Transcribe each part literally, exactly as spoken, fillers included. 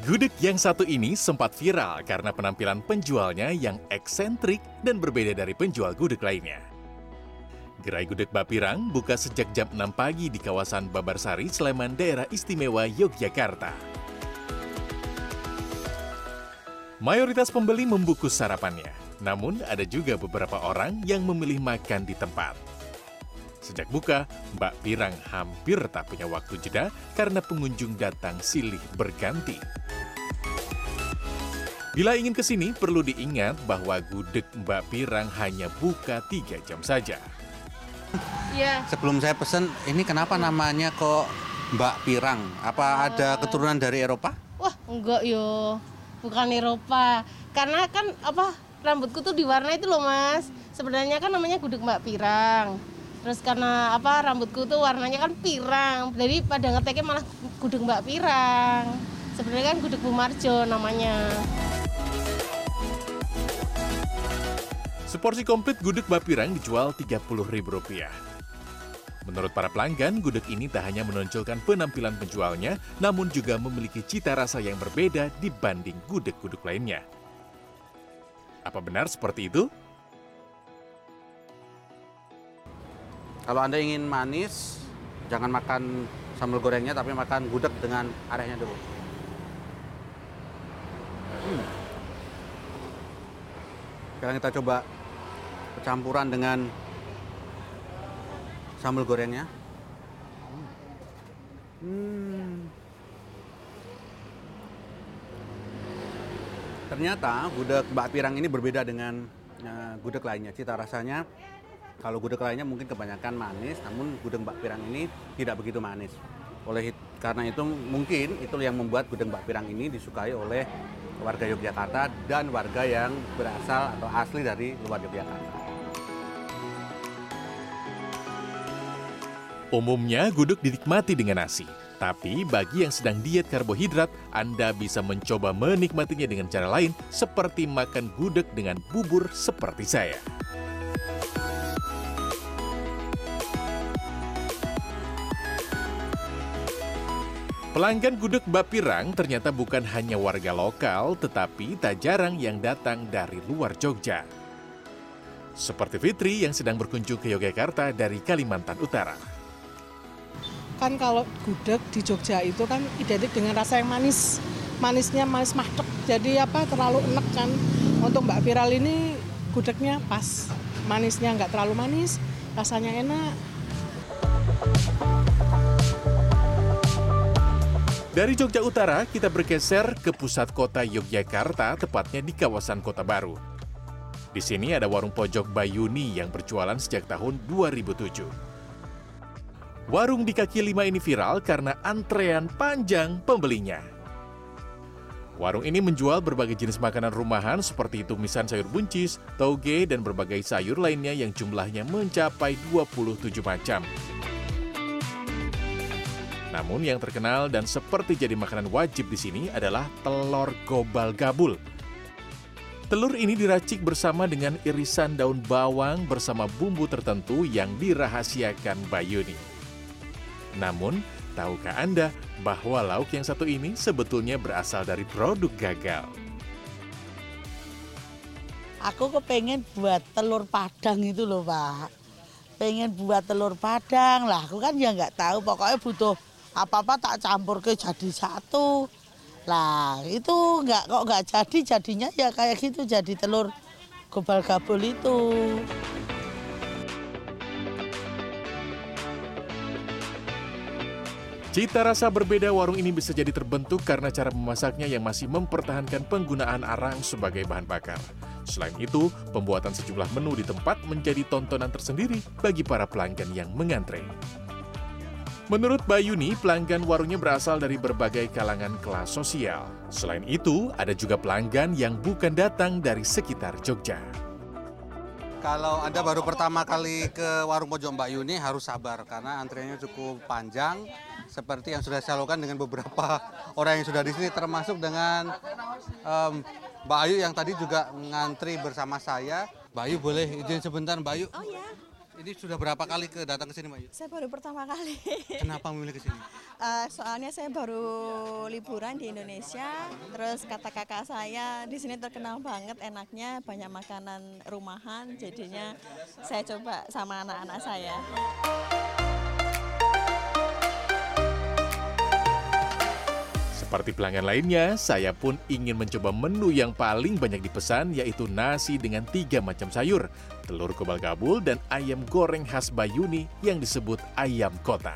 Gudeg yang satu ini sempat viral karena penampilan penjualnya yang eksentrik dan berbeda dari penjual gudeg lainnya. Gerai Gudeg Mbak Pirang buka sejak jam enam pagi di kawasan Babarsari, Sleman, Daerah Istimewa Yogyakarta. Mayoritas pembeli membungkus sarapannya, namun ada juga beberapa orang yang memilih makan di tempat. Sejak buka, Mbak Pirang hampir tak punya waktu jeda karena pengunjung datang silih berganti. Bila ingin ke sini, perlu diingat bahwa gudeg Mbak Pirang hanya buka tiga jam saja. Iya. Sebelum saya pesen, ini kenapa namanya kok Mbak Pirang? Apa ada keturunan dari Eropa? Wah, enggak yo. Bukan Eropa. Karena kan apa rambutku tuh diwarnai itu loh, Mas. Sebenarnya kan namanya gudeg Mbak Pirang. Terus karena apa rambutku tuh warnanya kan pirang. Jadi pada ngeteknya malah gudeg Mbak Pirang. Sebenarnya kan gudeg Bu Marjo namanya. Seporsi komplit gudeg Mbak Pirang dijual tiga puluh ribu rupiah. Menurut para pelanggan, gudeg ini tak hanya menonjolkan penampilan penjualnya, namun juga memiliki cita rasa yang berbeda dibanding gudeg-gudeg lainnya. Apa benar seperti itu? Kalau Anda ingin manis, jangan makan sambal gorengnya, tapi makan gudeg dengan arehnya dulu. Hmm. Sekarang kita coba campuran dengan sambal gorengnya. Hmm. Ternyata gudeg Mbak Pirang ini berbeda dengan uh, gudeg lainnya. Cita rasanya, kalau gudeg lainnya mungkin kebanyakan manis, namun gudeg Mbak Pirang ini tidak begitu manis. Oleh karena itu mungkin itu yang membuat gudeg Mbak Pirang ini disukai oleh warga Yogyakarta dan warga yang berasal atau asli dari luar Yogyakarta. Umumnya gudeg dinikmati dengan nasi, tapi bagi yang sedang diet karbohidrat, Anda bisa mencoba menikmatinya dengan cara lain seperti makan gudeg dengan bubur seperti saya. Pelanggan gudeg Mbak Pirang ternyata bukan hanya warga lokal, tetapi tak jarang yang datang dari luar Jogja. Seperti Fitri yang sedang berkunjung ke Yogyakarta dari Kalimantan Utara. Kan kalau gudeg di Jogja itu kan identik dengan rasa yang manis. Manisnya manis mahdek, jadi apa terlalu enek kan. Untuk Mbak Viral ini gudegnya pas. Manisnya nggak terlalu manis, rasanya enak. Dari Jogja Utara, kita bergeser ke pusat kota Yogyakarta, tepatnya di kawasan Kota Baru. Di sini ada warung pojok Bayuni yang berjualan sejak tahun dua ribu tujuh. Warung di kaki lima ini viral karena antrean panjang pembelinya. Warung ini menjual berbagai jenis makanan rumahan seperti tumisan sayur buncis, toge, dan berbagai sayur lainnya yang jumlahnya mencapai dua puluh tujuh macam. Namun yang terkenal dan seperti jadi makanan wajib di sini adalah telur gobal gabul. Telur ini diracik bersama dengan irisan daun bawang bersama bumbu tertentu yang dirahasiakan Bayuni. Namun, tahukah Anda bahwa lauk yang satu ini sebetulnya berasal dari produk gagal? Aku kepengen buat telur padang itu loh Pak. Pengen buat telur padang lah, aku kan ya nggak tahu, pokoknya butuh apa-apa tak campur ke jadi satu. Lah itu nggak kok nggak jadi, jadinya ya kayak gitu, jadi telur gobal gabul itu. Cita rasa berbeda warung ini bisa jadi terbentuk karena cara memasaknya yang masih mempertahankan penggunaan arang sebagai bahan bakar. Selain itu, pembuatan sejumlah menu di tempat menjadi tontonan tersendiri bagi para pelanggan yang mengantre. Menurut Bayuni, pelanggan warungnya berasal dari berbagai kalangan kelas sosial. Selain itu, ada juga pelanggan yang bukan datang dari sekitar Jogja. Kalau Anda baru pertama kali ke warung pojok Mbak Yuni harus sabar karena antriannya cukup panjang. Seperti yang sudah saya lakukan dengan beberapa orang yang sudah di sini, termasuk dengan um, Mbak Ayu yang tadi juga ngantri bersama saya. Mbak Ayu boleh izin sebentar Mbak Ayu? Oh ya. Ini sudah berapa kali ke datang ke sini, Mbak Yu? Saya baru pertama kali. Kenapa memilih ke sini? Uh, soalnya saya baru liburan di Indonesia, terus kata kakak saya di sini terkenal banget enaknya, banyak makanan rumahan, jadinya saya coba sama anak-anak saya. Seperti pelanggan lainnya, saya pun ingin mencoba menu yang paling banyak dipesan, yaitu nasi dengan tiga macam sayur, telur gobal-gabul, dan ayam goreng khas Bayuni yang disebut ayam kota.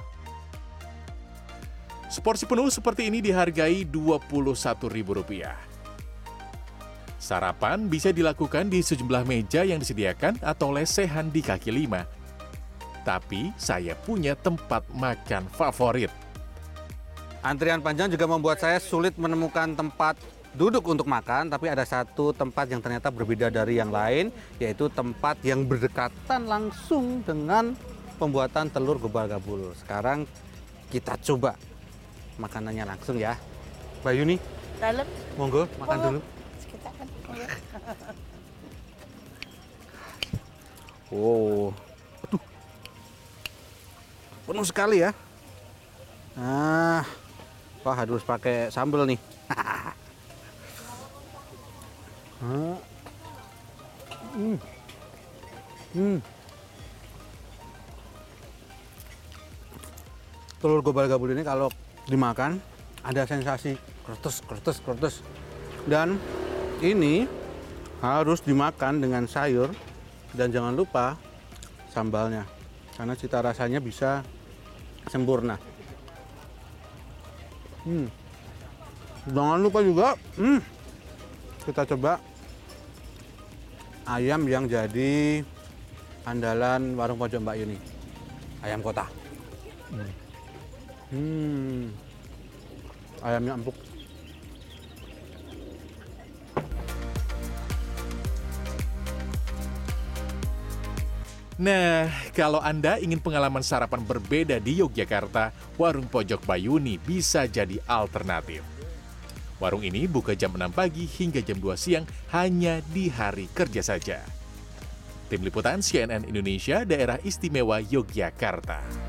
Seporsi penuh seperti ini dihargai dua puluh satu ribu rupiah. Sarapan bisa dilakukan di sejumlah meja yang disediakan atau lesehan di kaki lima. Tapi saya punya tempat makan favorit. Antrian panjang juga membuat saya sulit menemukan tempat duduk untuk makan, tapi ada satu tempat yang ternyata berbeda dari yang lain, yaitu tempat yang berdekatan langsung dengan pembuatan telur gobal-gabul. Sekarang kita coba makanannya langsung ya. Mbak Yuni, Dalam. monggo makan dulu. Kita kan. Oh, aduh, penuh sekali ya. Nah, wah harus pakai sambal nih. hmm. Hmm. Telur gobal-gabul ini kalau dimakan ada sensasi kretes, kretes, kretes. Dan ini harus dimakan dengan sayur dan jangan lupa sambalnya, karena cita rasanya bisa sempurna. Hmm. Jangan lupa juga, hmm, kita coba ayam yang jadi andalan warung pojok Mbak Yuni, ayam kota. Hmm. Hmm. Ayamnya empuk. Nah, kalau Anda ingin pengalaman sarapan berbeda di Yogyakarta, warung pojok Bayuni bisa jadi alternatif. Warung ini buka jam enam pagi hingga jam dua siang hanya di hari kerja saja. Tim Liputan C N N Indonesia, Daerah Istimewa Yogyakarta.